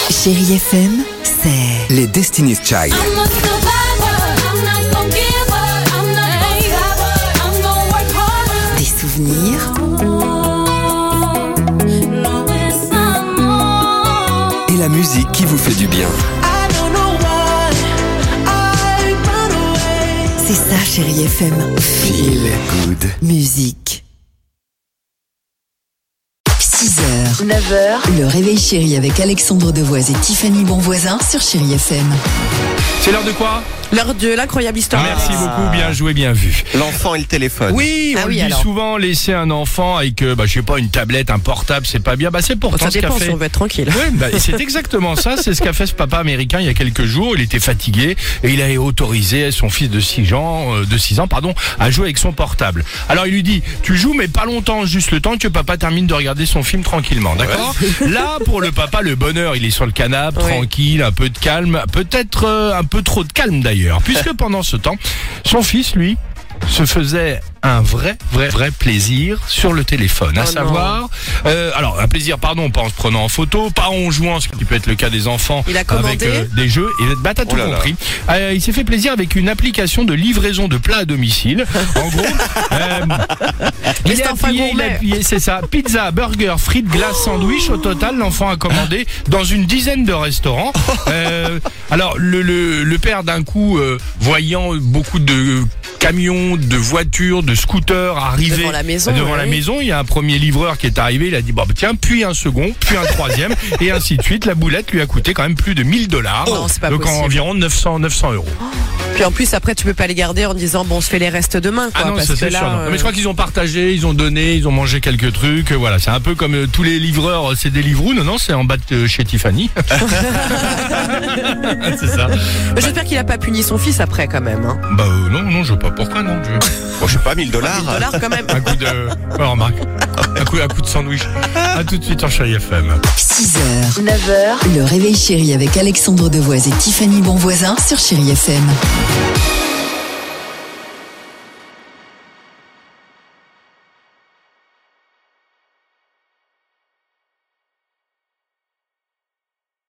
Chérie FM, c'est Les Destiny's Child. des souvenirs Et la musique qui vous fait du bien. C'est ça, Chérie FM. Feel good. Musique. 6h, 9h, le réveil chéri avec Alexandre Devoise et Tiffany Bonvoisin sur Chérie FM. C'est l'heure de quoi? L'heure de l'incroyable histoire. Merci beaucoup, bien joué, bien vu. L'enfant et le téléphone. Oui, on le dit souvent, laisser un enfant avec, je sais pas, une tablette, un portable, c'est pas bien. C'est pourtant Ça ce qu'a dépend fait. si on veut être tranquille. Oui, c'est exactement ça. C'est ce qu'a fait ce papa américain il y a quelques jours. Il était fatigué et il a autorisé son fils de 6 ans, à jouer avec son portable. Alors il lui dit, tu joues mais pas longtemps, juste le temps que papa termine de regarder son film tranquillement, d'accord? Là, pour le papa, le bonheur, il est sur le canapé, tranquille, un peu de calme, peut-être un peu trop de calme d'ailleurs, puisque pendant ce temps, son fils, lui, se faisait un vrai plaisir sur le téléphone, à savoir, alors un plaisir, pas en se prenant en photo, pas en jouant, ce qui peut être le cas des enfants, il a commandé avec des jeux, et t'as tout compris. Il s'est fait plaisir avec une application de livraison de plats à domicile. En gros, il a appuyé, c'est ça, pizza, burger, frites, glace, sandwich. Au total, l'enfant a commandé dans une dizaine de restaurants. Alors le père, d'un coup, voyant beaucoup de camions, de voitures, de scooters arriver devant la maison, il y a un premier livreur qui est arrivé, il a dit tiens, puis un second, puis un troisième, et ainsi de suite. La boulette lui a coûté quand même plus de $1000, donc environ 900 euros. Puis en plus, après, tu peux pas les garder en disant on se fait les restes demain, quoi. Ah non, parce ça que c'est là, sûr. Non. Mais je crois qu'ils ont partagé, ils ont donné, ils ont mangé quelques trucs. Voilà, c'est un peu comme tous les livreurs, c'est des Deliveroo. Non, c'est en bas de chez Tiffany. C'est ça. J'espère qu'il a pas puni son fils après, quand même. Hein. Non, je vois pas pourquoi non. Je sais pas, $1000. $1000 quand même. Un coup de, remarque, un coup de sandwich. À tout de suite en Chérie FM. 6h, 9h, le réveil chéri avec Alexandre Devoise et Tiffany Bonvoisin sur Chérie FM.